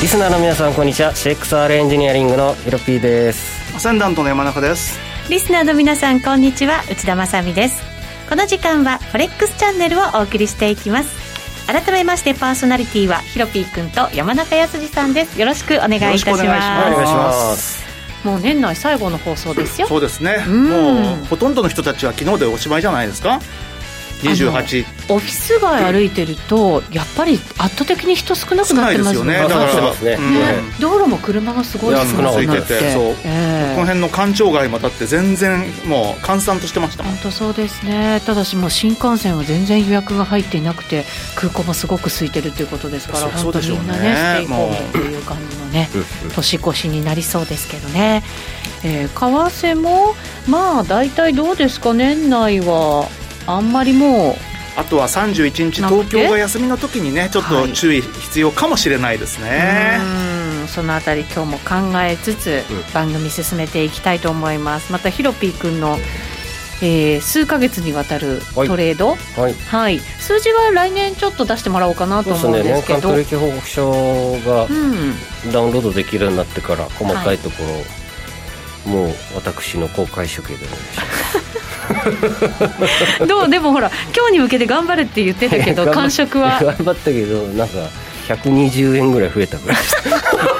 リスナーの皆さんこんにちは。 CXR エンジニアリングのヒロピーです。 アセンダントの山中です。 リスナーの皆さんこんにちは、内田まさみです。この時間はフォレックスチャンネルをお送りしていきます。改めましてパーソナリティはヒロピーくんと山中康二さんです。よろしくお願いいたします。 お願いします。 もう年内最後の放送ですよ。 そうですね、もうほとんどの人たちは昨日でおしまいじゃないですか。28 オフィス街歩いてるとやっぱり圧倒的に人少なくなってますよね。 だから道路も車がすごい少なくなって、 そう、この辺の官庁街もだって全然もう閑散としてましたもん。 本当そうですね。ただしもう新幹線は全然予約が入っていなくて空港もすごく空いてるということですから、本当にみんなねステイホームという感じのね年越しになりそうですけどね。為替もまあ大体どうですか。年内はあんまりもうあとは31日東京が休みの時にねちょっと注意必要かもしれないですね。 そのあたり今日も考えつつ番組進めていきたいと思います。またヒロピー君の、数ヶ月にわたるトレード、数字は来年ちょっと出してもらおうかなと思うんですけど、 年間取引報告書がダウンロードできるようになってから細かいところ、もう私の公開処刑でお願いしますどうでもほら今日に向けて頑張るって言ってたけど感触は頑張ったけどなんか120円ぐらい増えたぐらいでした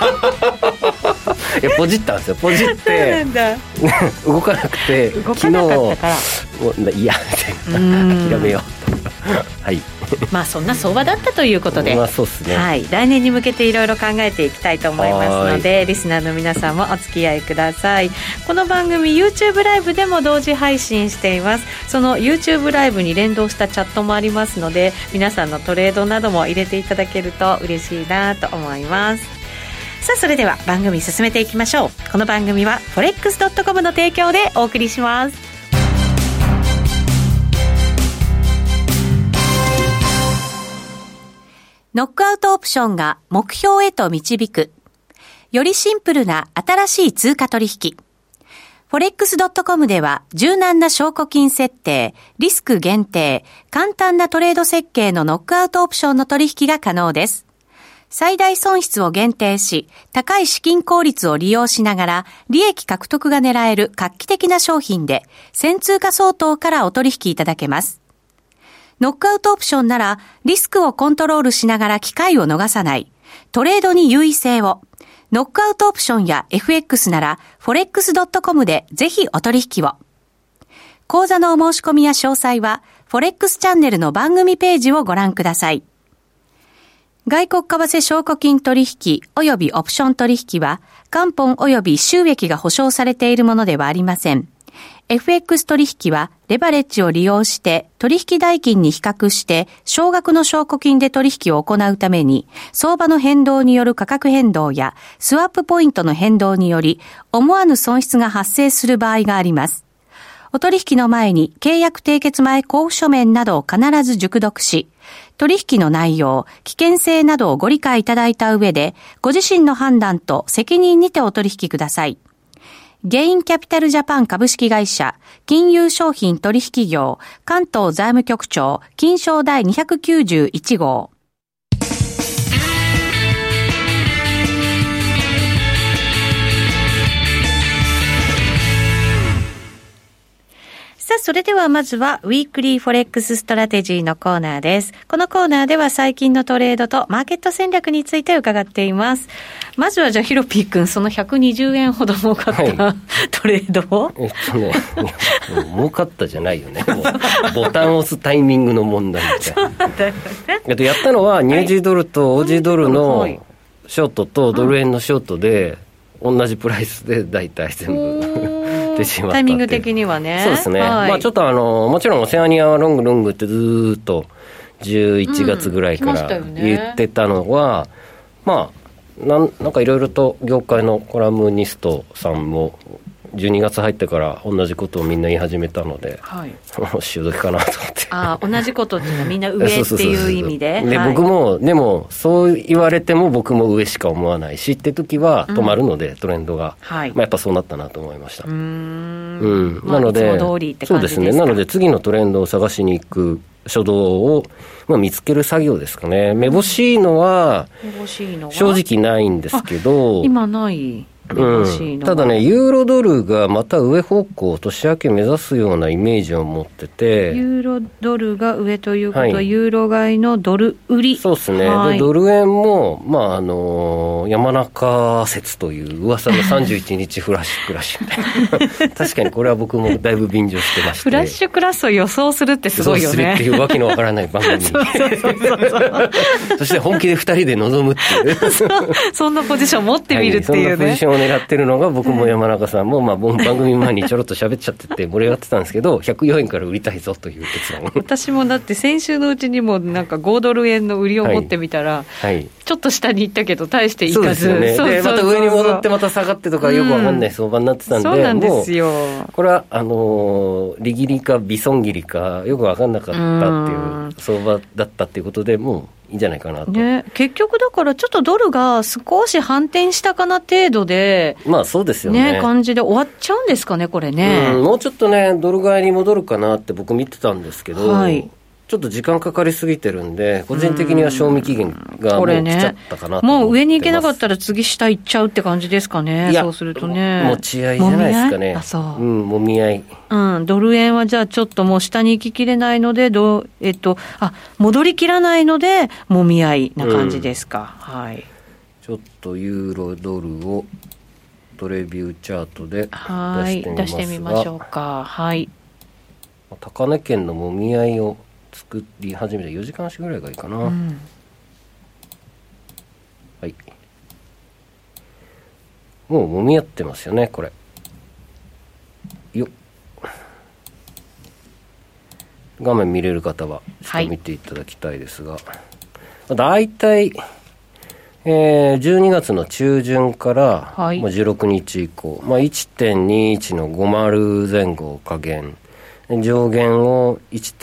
いやポジったんですよ。ポジって動かなくて動かなかったからもういやみたいな諦めようとはいまあそんな相場だったということで、 そうですね、 来年に向けていろいろ考えていきたいと思いますのでリスナーの皆さんもお付き合いください。この番組 YouTube ライブでも同時配信しています。その YouTube ライブに連動したチャットもありますので皆さんのトレードなども入れていただけると嬉しいなと思います。さあそれでは番組進めていきましょう。この番組は forex.com の提供でお送りします。ノックアウトオプションが目標へと導く。よりシンプルな新しい通貨取引。forex.com では柔軟な証拠金設定、リスク限定、簡単なトレード設計のノックアウトオプションの取引が可能です。最大損失を限定し、高い資金効率を利用しながら利益獲得が狙える画期的な商品で1000通貨相当からお取引いただけます。ノックアウトオプションならリスクをコントロールしながら機会を逃さない。トレードに優位性を。ノックアウトオプションや FX なら forex.com でぜひお取引を。講座のお申し込みや詳細は Forex チャンネルの番組ページをご覧ください。外国為替証拠金取引及びオプション取引は元本及び収益が保証されているものではありません。FX 取引はレバレッジを利用して取引代金に比較して少額の証拠金で取引を行うために相場の変動による価格変動やスワップポイントの変動により思わぬ損失が発生する場合があります。お取引の前に契約締結前交付書面などを必ず熟読し、取引の内容、危険性などをご理解いただいた上でご自身の判断と責任にてお取引ください。ゲインキャピタルジャパン株式会社金融商品取引業関東財務局長金商第291号。さあ、それではまずはウィークリーフォレックスストラテジーのコーナーです。このコーナーでは最近のトレードとマーケット戦略について伺っています。まずはじゃあヒロピー君、その120円ほど儲かった、トレードを儲かったじゃないよね。もうボタンを押すタイミングの問題みたいな。そうなんだよね。やったのはニュージードルとオージードルのショートとドル円のショートで同じプライスでだいたい全部タイミング的にはね。 そうですね、まあ、ちょっともちろんオセアニアはロングってずっと11月ぐらいから言ってたのは、まあなんかいろいろと業界のコラムニストさんも12月入ってから同じことをみんな言い始めたので、潮時かなと思って。 同じことっていうのはみんな上っていう意味で。 で、僕もでもそう言われても僕も上しか思わないしって時は止まるので、トレンドが、まあ、やっぱそうなったなと思いました。なので、 いつも通りって感じですか。 そうですね。なので次のトレンドを探しに行く初動を、見つける作業ですかね。めぼしいのは正直ないんですけど、 今ないただね、ユーロドルがまた上方向、年明け目指すようなイメージを持ってて、 ユーロドルが上ということは、ユーロ買いのドル売り。 そうですね、でドル円も、山中説という噂の31日フラッシュクラッシュみたいな確かにこれは僕もだいぶ便乗してまして、 フラッシュクラッシュを予想するってすごいよね。 予想するっていうわけのわからない番組そうそして本気で2人で臨むっていうそんなポジション持ってみるっていうね、 そんなポジションを狙ってるのが僕も山中さんも、番組前にちょろっと喋っちゃってて盛り上がってたんですけど、104円から売りたいぞという結論。 私もだって先週のうちにもなんか5ドル円の売りを持ってみたら、ちょっと下に行ったけど大していかず、 そうですよね。でまた上に戻ってまた下がってとかよくわかんない相場になってたんで、 そうなんですよ。 もうこれは利切りか微損切りかよくわかんなかったっていう相場だったっていうことで、もういいんじゃないかなと、 結局だからちょっとドルが少し反転したかな程度で、 そうですよね、 感じで終わっちゃうんですかね、これね。 もうちょっとねドル買いに戻るかなって僕見てたんですけど、ちょっと時間かかりすぎてるんで、個人的には賞味期限がもう来ちゃったかなと思ってます。 もう上に行けなかったら次下行っちゃうって感じですかね。そうするとね、 持ち合いじゃないですかね。もみ合い、 ドル円はじゃあちょっともう下に行ききれないので戻りきらないのでもみ合いな感じですか。 ちょっとユーロドルをトレビューチャートで出してみましょうか。高値圏のもみ合いを作り始めて4時間足ぐらいがいいかな。もうもみ合ってますよね、これよっ。画面見れる方はちょっと見ていただきたいですが、だいたい12月の中旬から、16日以降、1.21 の50前後下限、上限を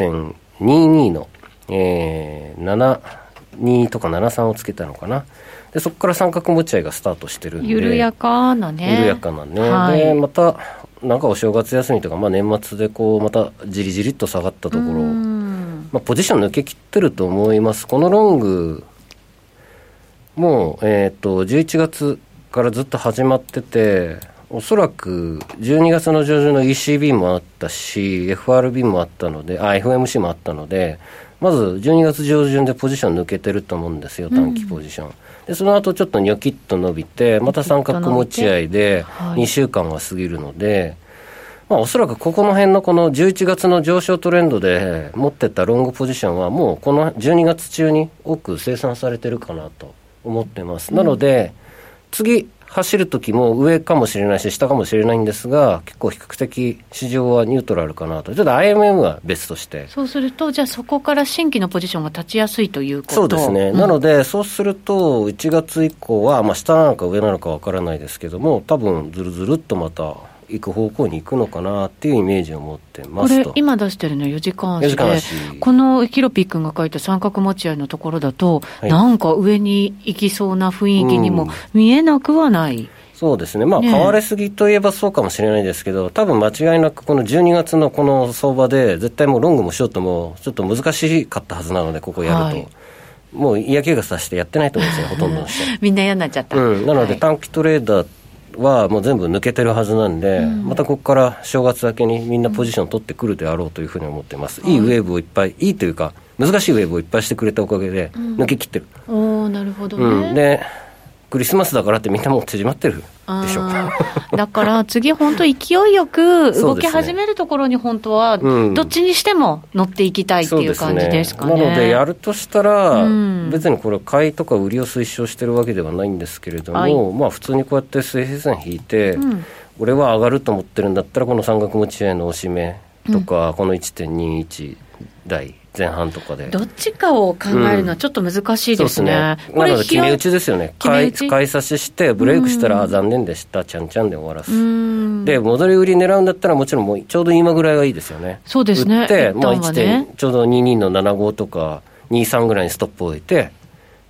1.22 の、72とか73をつけたのかな。でそこから三角持ち合いがスタートしてるんで、 緩やかなね。 でまたなんかお正月休みとか、年末でこうまたじりじりっと下がったところ、ポジション抜けきってると思います。このロングもう、11月からずっと始まってて、おそらく12月の上旬の ECB もあったし FRB もあったので、FMC もあったので、まず12月上旬でポジション抜けてると思うんですよ、短期ポジション、でその後ちょっとニョキッと伸びてまた三角持ち合いで2週間は過ぎるので、おそらくここの辺のこの11月の上昇トレンドで持ってたロングポジションはもうこの12月中に多く生産されてるかなと思ってます。なので次走る時も上かもしれないし下かもしれないんですが、結構比較的市場はニュートラルかなと。ちょっと IMM は別として、 そうするとじゃあそこから新規のポジションが立ちやすいということ。 そうですね、なのでそうすると1月以降は、下なのか上なのかわからないですけども、多分ずるずるっとまた行く方向に行くのかなっていうイメージを持ってますと。 これ今出してるの4時間足で、このヒロピー君が書いた三角持ち合いのところだと、なんか上に行きそうな雰囲気にも見えなくはない、 そうですね、買われすぎといえばそうかもしれないですけど、多分間違いなくこの12月のこの相場で絶対もうロングもショートもちょっと難しかったはずなので、ここやると、もう嫌気がさしてやってないと思うんですよほとんどの人みんな嫌になっちゃった、 なので短期トレーダーはもう全部抜けてるはずなんで、またここから正月明けにみんなポジション取ってくるであろうというふうに思ってます、いいウェーブをいっぱい、いいというか難しいウェーブをいっぱいしてくれたおかげで抜け切ってる、 なるほどね、 でクリスマスだからってみんなもう縮まってるでしょだから次本当勢いよく動き始めるところに本当はどっちにしても乗っていきたいっていう感じですかね。 なのでやるとしたら、別にこれ買いとか売りを推奨してるわけではないんですけれども、普通にこうやって水平線引いて、俺は上がると思ってるんだったらこの三角持ち合いの押し目とか、この 1.21 台前半とかでどっちかを考えるのはちょっと難しいですね、 これなので決め打ちですよね。買い差ししてブレイクしたら、残念でしたちゃんちゃんで終わらす。で戻り売り狙うんだったらもちろんもうちょうど今ぐらいがいいですよね。 そうですね。 売って、1. ちょうど22の75とか23ぐらいにストップを置いて、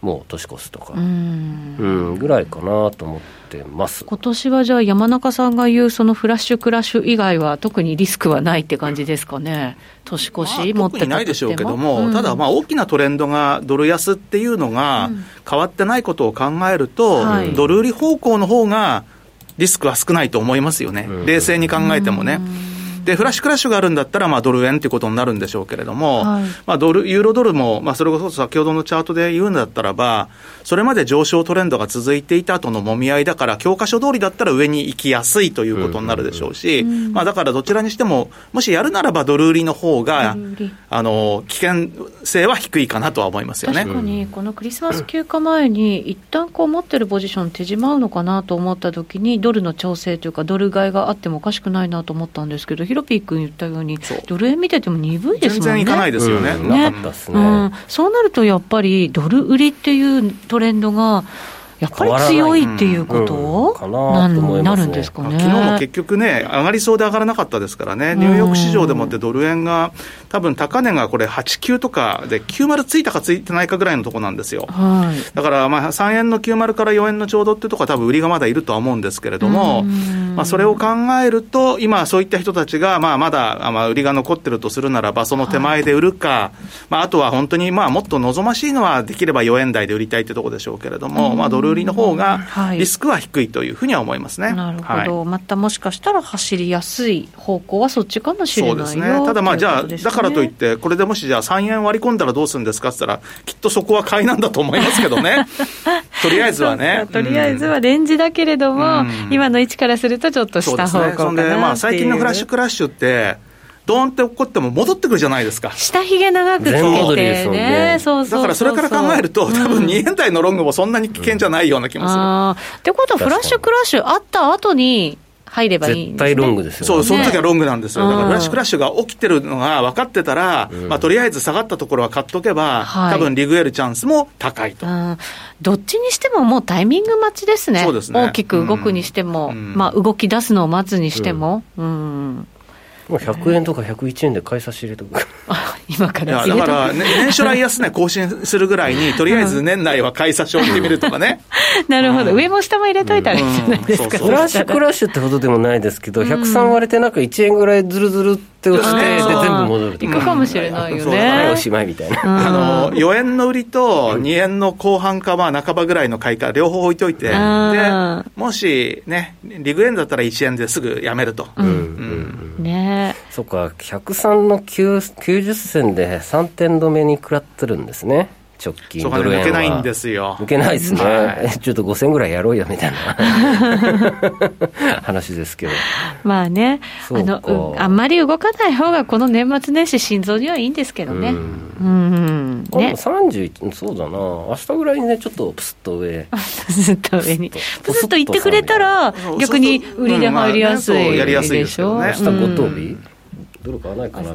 もう年越すとか、ぐらいかなと思ってます。 今年はじゃあ山中さんが言うそのフラッシュクラッシュ以外は特にリスクはないって感じですかね。年越し持って特にないでしょうけども、ただ大きなトレンドがドル安っていうのが変わってないことを考えると、ドル売り方向の方がリスクは少ないと思いますよね、冷静に考えてもね。でフラッシュクラッシュがあるんだったら、ドル円ということになるんでしょうけれども、ユーロドルも、それこそ先ほどのチャートで言うんだったらば、それまで上昇トレンドが続いていた後のもみ合いだから、教科書通りだったら上に行きやすいということになるでしょうし、だからどちらにしても、もしやるならばドル売りの方が危険性は低いかなとは思いますよね。 確かにこのクリスマス休暇前に一旦こう持ってるポジション手じまうのかなと思った時に、ドルの調整というかドル買いがあってもおかしくないなと思ったんですけど、ヒロピー君言ったようにドル円見てても鈍いですもんね。 全然いかないですよね。 なかったですね。 そうなるとやっぱりドル売りっていうトレンドがやっぱり強いっていうことになるんですかね。 昨日も結局ね、上がりそうで上がらなかったですからね。ニューヨーク市場でもってドル円が多分高値がこれ89とかで90ついたかついてないかぐらいのとこなんですよ、だから3円の90から4円のちょうどってとこは多分売りがまだいるとは思うんですけれども、それを考えると今そういった人たちがまだ売りが残ってるとするならば、その手前で売るか、あとは本当にもっと望ましいのはできれば4円台で売りたいってとこでしょうけれども、ドル売りの方がリスクは低いというふうには思いますね。 なるほど、またもしかしたら走りやすい方向はそっちかもしれないよ。 そうですね。ただじゃあだからといってこれでもしじゃあ3円割り込んだらどうするんですかって言ったら、きっとそこは買いなんだと思いますけどねとりあえずはね、 とりあえずはレンジだけれども、今の位置からするとちょっと下方向かなっていう。 そんで最近のフラッシュクラッシュってドーンって起こっても戻ってくるじゃないですか。 下髭長くつけてね。 だからそれから考えると、多分2円台のロングもそんなに危険じゃないような気もする。 ってことはフラッシュクラッシュあった後に入ればいいんですね。 絶対ロングですよね。 その時はロングなんですよ。だからフラッシュクラッシュが起きてるのが分かってたら、とりあえず下がったところは買っとけば、多分リグエルチャンスも高いと。 どっちにしてももうタイミング待ちですね。 そうですね。 大きく動くにしても、動き出すのを待つにしても、 100円とか101円で買い差し入れとく今からだから、年初来安値更新するぐらいにとりあえず年内は買い差しをしてみるとかねなるほど、上も下も入れといたらいいじゃないですか。 フラッシュクラッシュってほどでもないですけど、103割れてなんか1円ぐらいズルズルって落ちて、で全部戻るいくかもしれないよね。 おしまいみたいな 4円の売りと2円の後半か半ばぐらいの買いか両方置いといて、でもしねリグ円だったら1円ですぐやめると、 ね、 そっか、103の90銭で3点止めに食らってるんですね、直近ドル円は。 抜けないんですよ。 抜けないですね、ちょっと5000ぐらいやろうよみたいな話ですけど、 まあね、あんまり動かない方がこの年末年始心臓にはいいんですけどね。 31、そうだな、明日ぐらいにねちょっとプスッと上プスッと上にプスッと行ってくれたら逆に売りで入りやすいでしょ。 明日ご当日ドル買わないかな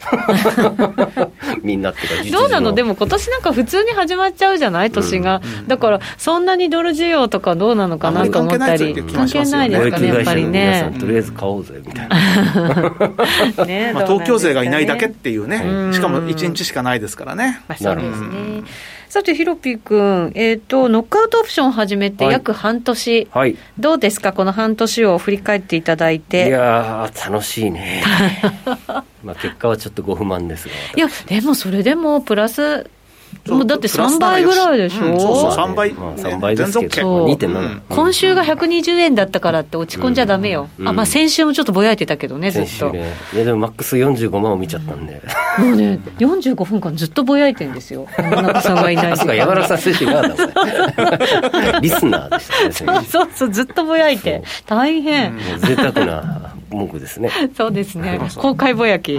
みんなってかどうなの。でも今年なんか普通に始まっちゃうじゃない年が、だからそんなにドル需要とかどうなのかなと思ったり、関係ないですかね、やっぱりね。 とりあえず買おうぜみたいな東京勢がいないだけっていうね、しかも1日しかないですからね。 そうですね。さてヒロピー君、ノックアウトオプションを始めて約半年、どうですか、この半年を振り返っていただいて。 いやー楽しいね結果はちょっとご不満ですが、 いやでもそれでもプラスもうだって3倍ぐらいでしょ。 そう3倍、 3倍ですけど、2.7、 今週が120円だったからって落ち込んじゃダメよ。先週もちょっとぼやいてたけどね、ずっと。 いやでもマックス45万を見ちゃったんで、 もうね45分間ずっとぼやいてるんですよ、山中さんがいない時間。 山中さん選手がリスナーでしたね。 そうずっとぼやいて大変、 贅沢な文句ですね。 そうですね、公開ぼやき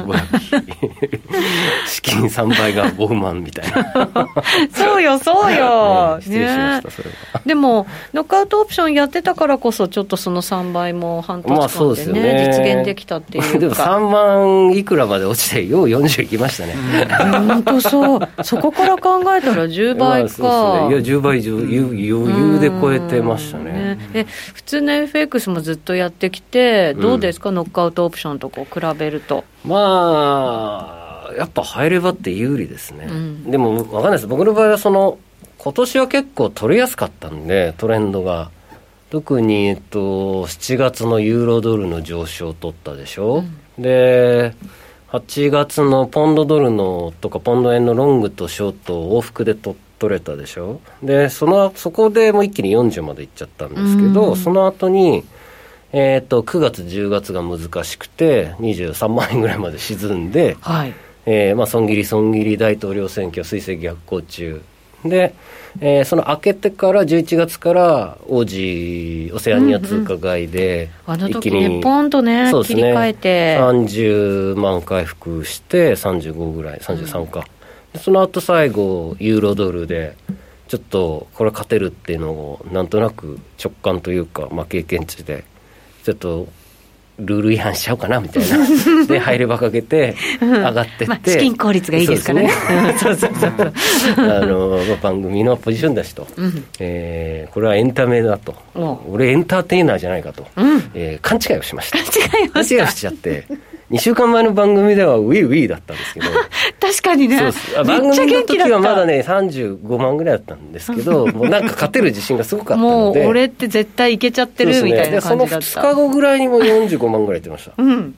資金3倍が5万みたいなそうよ、 失礼しました、それは。 でもノックアウトオプションやってたからこそちょっとその3倍も半年間でね、実現できたっていうか。 でも3万いくらまで落ちてよう40いきましたね。 本当そこから考えたら10倍か。 いや10倍余裕で超えてましたね。 普通の FX もずっとやってきてどうですか、ノックアウトオプションと比べると。やっぱ入ればって有利ですね、でも分かんないです。僕の場合は今年は結構取りやすかったんで、トレンドが特に、7月のユーロドルの上昇を取ったでしょ、で8月のポンドドルのとかポンド円のロングとショートを往復で取れたでしょ。でそこでもう一気に40までいっちゃったんですけど、その後に9月10月が難しくて23万円ぐらいまで沈んで、はい損切り大統領選挙水星逆行中で、その明けてから11月からオセアニア通貨買いで、 あの時ねポンとね切り替えて 30万回復して35ぐらい33か、その後最後ユーロドルでちょっとこれ勝てるっていうのをなんとなく直感というか、経験値でちょっとルール違反しちゃおうかなみたいなで入ればかけて上がってって、 資金効率がいいですからね。 番組のポジションだしと、これはエンタメだと、俺エンターテイナーじゃないかと、勘違いをしました。勘違いをしちゃって2週間前の番組ではウィーウィーだったんですけど確かにね、 番組の時はまだね35万ぐらいだったんですけどもうなんか勝てる自信がすごかったので、 もう俺って絶対いけちゃってるみたいな感じだった。 その2日後ぐらいにも45万ぐらい言ってました、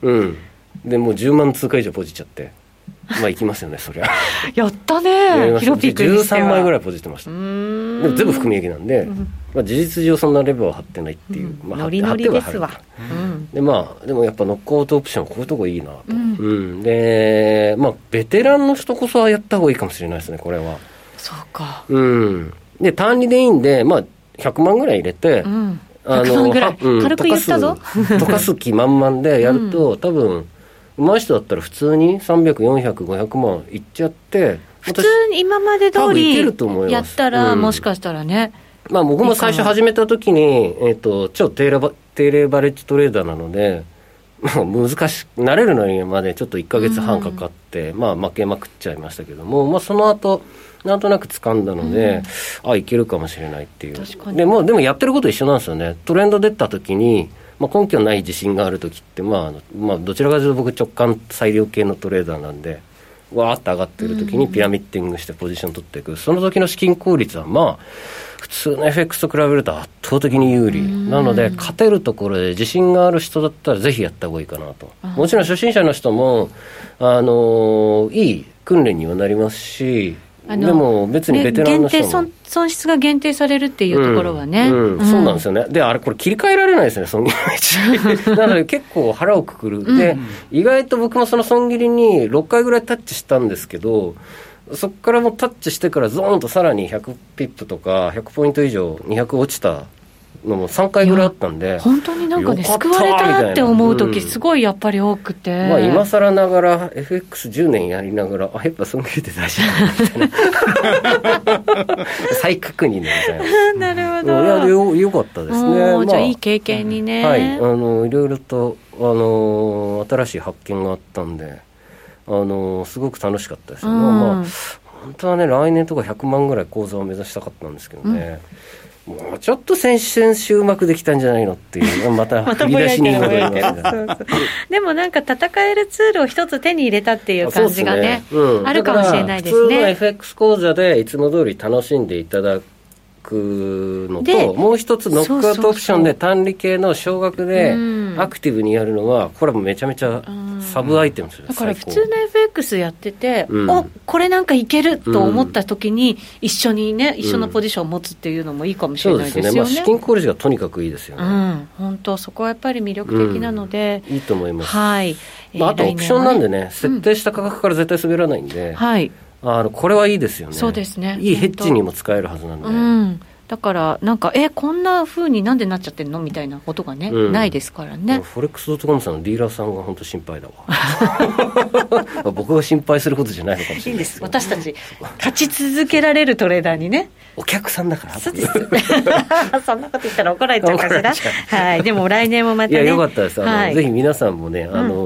でもう10万通貨以上ポジっちゃって、行きますよねそりゃやったね、ヒロピークにしては 13枚ぐらいポジってました。でも全部含み益なんで、事実上そんなレバーは張ってないっていう、 ノリノリですわ。 ででもやっぱノックアウトオプションこういうとこいいなと、でベテランの人こそはやった方がいいかもしれないですねこれは。 そうか。 で単利でいいんで、100万ぐらい入れて、 100万ぐらい、軽く言ったぞ溶かす気満々でやると、多分上手い人だったら普通に300、400、500万いっちゃって、 普通に今まで通りやったら、もしかしたらね、 僕も最初始めた時に、超低レバレッジトレーダーなので、難しく慣れるのにまでちょっと1ヶ月半かかって、負けまくっちゃいましたけども、その後なんとなく掴んだので、いけるかもしれないっていう。でもやってること一緒なんですよね。トレンド出た時に根拠ない自信があるときって、どちらかというと僕直感裁量系のトレーダーなんで、わーって上がってるときにピラミッティングしてポジション取っていく、その時の資金効率は普通の FX と比べると圧倒的に有利なので、勝てるところで自信がある人だったらぜひやった方がいいかなと。もちろん初心者の人もいい訓練にはなりますし、でも別にベテランの人も損失が限定されるっていうところはね、 そうなんですよね。でこれ切り替えられないですね、損切りなので結構腹をくくる、で意外と僕もその損切りに6回ぐらいタッチしたんですけど、そこからもタッチしてからゾーンとさらに100ピップとか100ポイント以上200落ちたのも3回ぐらいあったんで、 本当になんかね救われたなって思う時すごいやっぱり多くて、 今更ながら FX10 年やりながらやっぱ損切りって大事だなみたいな再確認みたいななるほど、 よかったですね。 じゃあいい経験にね、 いろいろと新しい発見があったんで、すごく楽しかったですよ。本当はね来年とか100万ぐらい口座を目指したかったんですけどね、もうちょっと先週うまくできたんじゃないのっていうまた振り出しに戻りますでもなんか戦えるツールを一つ手に入れたっていう感じがね、あるかもしれないですね。 普通の FX 講座でいつも通り楽しんでいただくのと、もう一つノックアウトオプションで単利系の少額でアクティブにやるのはこれもめちゃめちゃサブアイテムですよ。 だから普通の FX やってて、これなんかいけると思った時に一緒にね、一緒のポジションを持つっていうのもいいかもしれないですよね。 そうですね、資金効率がとにかくいいですよね。 本当そこはやっぱり魅力的なので、 いいと思います。 はい。 あとオプションなんでね、設定した価格から絶対滑らないんで、これはいいですよね。 そうですね。 いいヘッジにも使えるはずなんで。 だからなんかこんな風になんでなっちゃってんのみたいなことがね、ないですからね。 フォレックス.com さんのディーラーさんが本当心配だわ僕が心配することじゃないのかもしれない。いいんです、 私たち勝ち続けられるトレーダーにね、 お客さんだからそうですそんなこと言ったら怒られちゃうかしらはい、でも来年もまたね、 いやよかったです。ぜひ皆さんもね、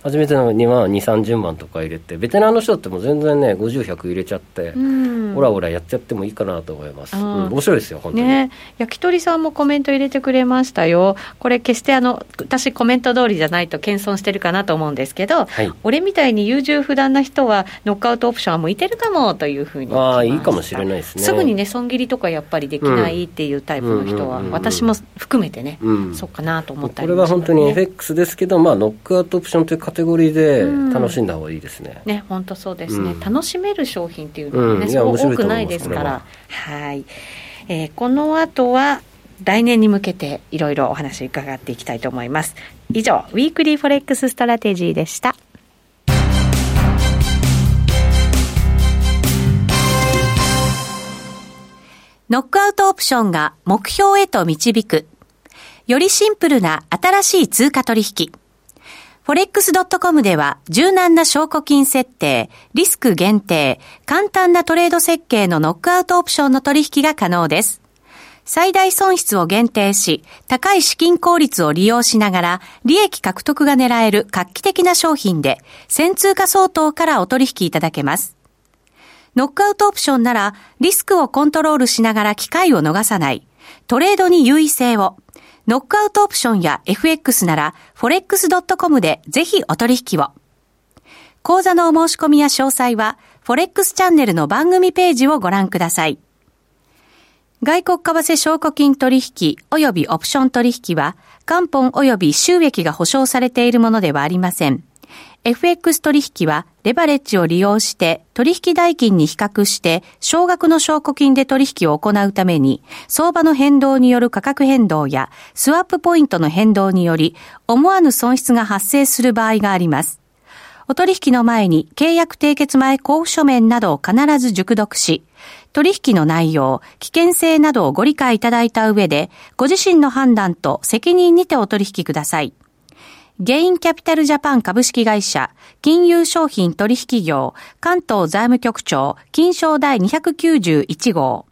初めてのには2、30万とか入れて、ベテランの人ってもう全然ね50、100入れちゃって、オラオラやっちゃってもいいかなと思います。面白いですよ本当に、ね、 焼き鳥さんもコメント入れてくれましたよ。これ決して私コメント通りじゃないと謙遜してるかなと思うんですけど、はい、俺みたいに優柔不断な人はノックアウトオプションは向いてるかもというふうに。 いいかもしれないですね。 すぐにね損切りとかやっぱりできないっていうタイプの人は、私も含めてね、そうかなと思ったりもしますね。 これは本当に FX ですけど、ノックアウトオプションというカテゴリーで楽しんだ方がいいですね。 ね、本当そうですね、楽しめる商品っていうのがね、そう多くないですから。はい、この後は来年に向けていろいろお話を伺っていきたいと思います。以上、ウィークリーフォレックスストラテジーでした。ノックアウトオプションが目標へと導く。よりシンプルな新しい通貨取引。forex.com では柔軟な証拠金設定、リスク限定、簡単なトレード設計のノックアウトオプションの取引が可能です。最大損失を限定し、高い資金効率を利用しながら利益獲得が狙える画期的な商品で、1000通貨相当からお取引いただけます。ノックアウトオプションならリスクをコントロールしながら機会を逃さない、トレードに優位性を。ノックアウトオプションや FX なら forex.com でぜひお取引を。講座のお申し込みや詳細は Forex チャンネルの番組ページをご覧ください。外国為替証拠金取引及びオプション取引は元本及び収益が保証されているものではありません。FX 取引はレバレッジを利用して取引代金に比較して少額の証拠金で取引を行うために相場の変動による価格変動やスワップポイントの変動により思わぬ損失が発生する場合があります。お取引の前に契約締結前交付書面などを必ず熟読し、取引の内容、危険性などをご理解いただいた上でご自身の判断と責任にてお取引ください。ゲインキャピタルジャパン株式会社金融商品取引業関東財務局長金商第291号。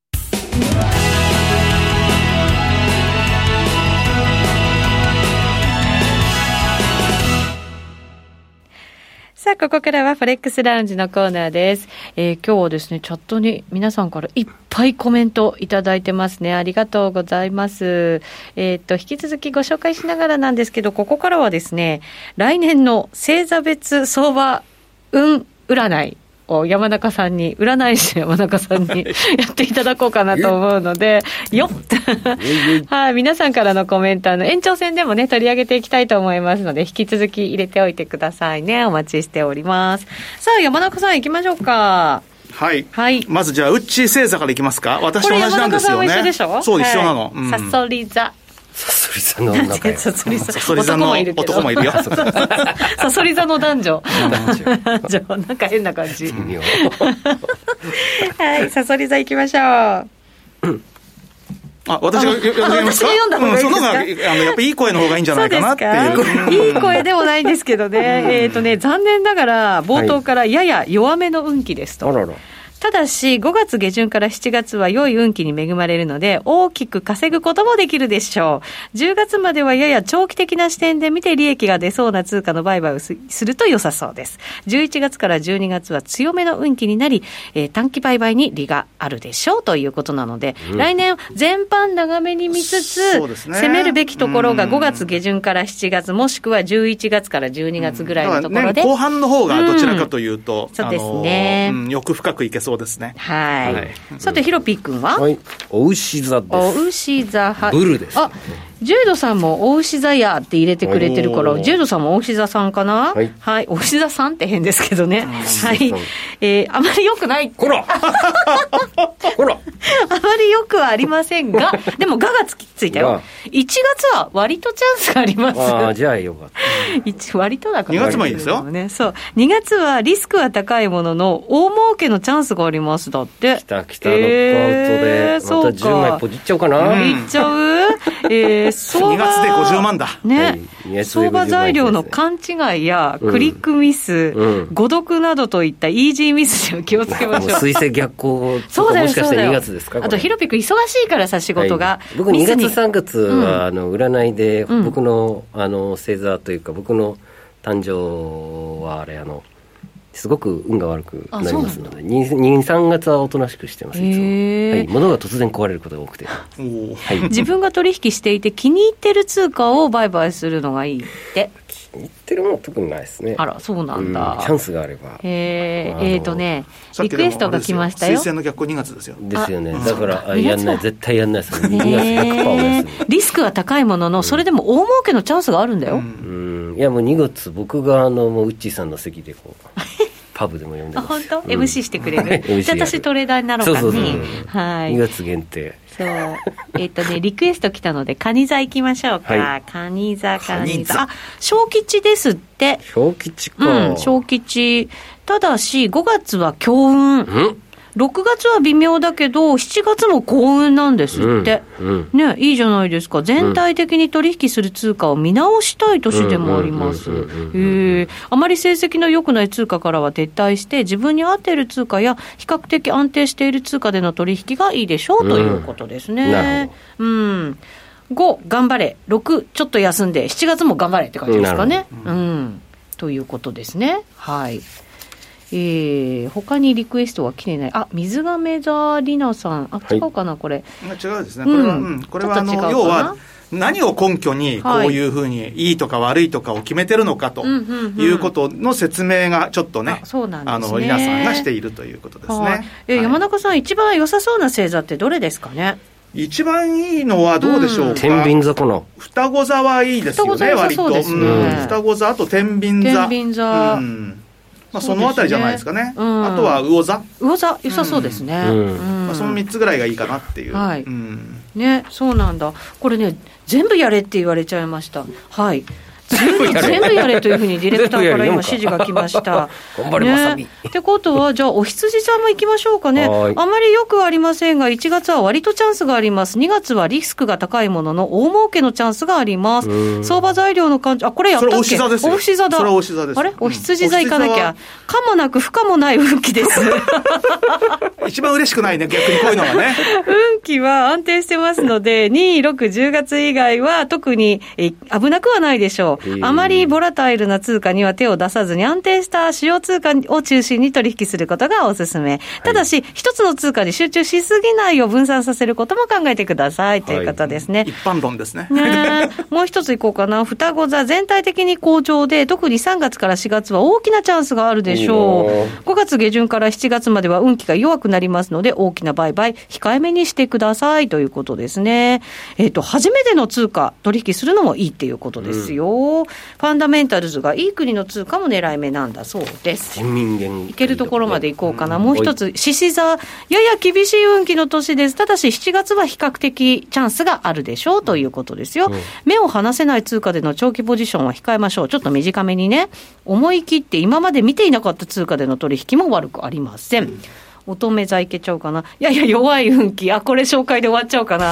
さあ、ここからはフォレックスラウンジのコーナーです。今日はですね、チャットに皆さんからいっぱいコメントいただいてますね。ありがとうございます。引き続きご紹介しながらなんですけど、ここからはですね、来年の星座別相場運占いを山中さんに、占い師山中さんにやっていただこうかなと思うので、よっはい、皆さんからのコメント延長戦でもね取り上げていきたいと思いますので、引き続き入れておいてくださいね。お待ちしております。さあ、山中さん行きましょうか。 はい、はい、まずじゃあウッチー星座からいきますか。私と同じなんですよね。これ山中さんも一緒でしょ。そう、一緒なの、 さそり座。 さそり座の中さそり座の男もいるよ。 さそり座の男女なんか変な感じ。はい、さそり座行きましょう。 私が読みますか。 私が読んだ方がいいですか。 その方がやっぱいい声の方がいいんじゃないかなっていう。 いい声でもないんですけどね。残念ながら冒頭からやや弱めの運気ですと。はい、ただし5月下旬から7月は良い運気に恵まれるので大きく稼ぐこともできるでしょう。10月まではやや長期的な視点で見て利益が出そうな通貨の売買をすると良さそうです。11月から12月は強めの運気になり、短期売買に利があるでしょうということなので、来年全般長めに見つつ、攻めるべきところが5月下旬から7月もしくは11月から12月ぐらいのところで、 後半の方がどちらかというと、 そうですね、 よく深くいけそうですね。 はい、はい、さてヒロピー君は、 はい、お牛座です。 お牛座、はい、 ブルです、ね。 ジェイドさんもお牛座やって入れてくれてるから、ジェイドさんもお牛座さんかな。はい、はい、お牛座さんって変ですけどね。はい、あまり良くない。 ほらほらあまり良くはありませんが、でもがついたよ。1月は割とチャンスがあります。 じゃあよかった。 割とだから 2月もいいですよ。 ね、そう。2月はリスクは高いものの大儲けのチャンスがありますだって。 来たノックアウトで、また10枚ポジっちゃおうかな。 いっちゃう。 2月で50万だ。 ね。相場材料の勘違いやクリックミス、誤読などといったイージーミスに気をつけましょう。 水星逆行とかもしかして2月ですか。 あとヒロピク忙しいからさ、仕事が。 僕2月3月は占いで僕の星座というか僕の誕生はあれすごく運が悪くなりますので、2、3月はおとなしくしてます。いつも、はい、物が突然壊れることが多くて、はい、 自分が取引していて気に入ってる通貨を売買するのがいいって。 気に入ってるものは特にないですね。 あら、そうなんだ。 チャンスがあれば。 リクエストが来ましたよ。 推薦の逆行2月ですよ。 ですよね。だからやんない、絶対やんないですよね。2月100%お休み。 リスクが高いものの、それでも大儲けのチャンスがあるんだよ。 いやもう2月僕がもうウッチーさんの席でこうパブでも読んでます。 本当、MC してくれる。じゃあ私トレーダーになろうかに。はい。 2月限定。 そう。リクエスト来たのでカニ座行きましょうか。はい、カニ座。あ、小吉ですって。 小吉か。 小吉。ただし5月は強運。6月は微妙だけど7月も幸運なんですって、ね、いいじゃないですか。全体的に取引する通貨を見直したい年でもあります。あまり成績の良くない通貨からは撤退して自分に合っている通貨や比較的安定している通貨での取引がいいでしょう、ということですね。5頑張れ、6ちょっと休んで7月も頑張れって感じですかね。ということですね。はい。他にリクエストは来てない。あ、水亀座りなさん。あ、違うかな、これ。 違うですね。これは要は何を根拠にこういうふうにいいとか悪いとかを決めてるのかということの説明がちょっとね、 そうなんですね。 りなさんがしているということですね。 山中さん、一番良さそうな星座ってどれですかね。 一番いいのはどうでしょうか。 天秤座かな。 双子座はいいですよね、割と。双子座、あと天秤座。そのあたりじゃないですかね。あとは魚座良さそうですね。 その3つぐらいがいいかなっていう。 ね、そうなんだ。これね、全部やれって言われちゃいました。はい。全部やれというふうにディレクターから今指示が来ました。 頑張れ、まさび。 ってことは、じゃあお羊座も行きましょうかね。あまりよくはありませんが、1月は割とチャンスがあります。2月はリスクが高いものの大儲けのチャンスがあります。相場材料の感じ、これやったっけ。 それお牛座ですよ。 お牛座だ。 それお牛座です。 あれ、お羊座行かなきゃ。かもなく不可もない運気です。 一番嬉しくないね、逆にこういうのはね。 運気は安定してますので、2、6、10月以外は特に危なくはないでしょう。あまりボラタイルな通貨には手を出さずに安定した主要通貨を中心に取引することがおすすめ。ただし、一つの通貨に集中しすぎないよう分散させることも考えてくださいということですね。 一般論ですね。 もう一ついこうかな。双子座全体的に好調で、特に3月から4月は大きなチャンスがあるでしょう。5月下旬から7月までは運気が弱くなりますので、大きな売買控えめにしてくださいということですね。初めての通貨取引するのもいいっていうことですよ。ファンダメンタルズがいい国の通貨も狙い目なんだそうです。いけるところまで行こうかな。もう一つ、獅子座、やや厳しい運気の年です。ただし7月は比較的チャンスがあるでしょうということですよ。目を離せない通貨での長期ポジションは控えましょう。ちょっと短めにね。思い切って今まで見ていなかった通貨での取引も悪くありません。乙女座いけちゃうかな。いやいや弱い運気。これ紹介で終わっちゃおうかな。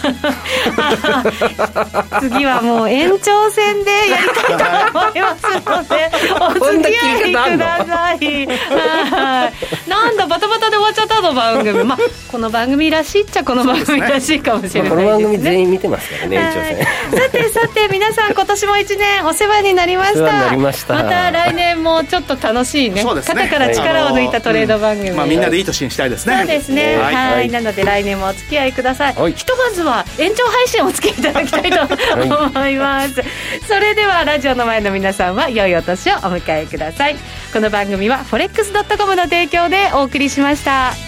次はもう延長戦でやりたいと思いますのでお付き合いください。なんだバタバタで終わっちゃったの番組。この番組らしいっちゃこの番組らしいかもしれないですね。 この番組全員見てますからね、延長戦。さて皆さん今年も1年お世話になりました。また来年もちょっと楽しいね。肩から力を抜いたトレード番組。 みんなでいい年にしたいですね。 そうですね。はい。なので来年もお付き合いください。ひとまずは延長配信をお付き合いいただきたいと思います。それではラジオの前の皆さんは良いお年をお迎えください。この番組は forex.com の提供でお送りしました。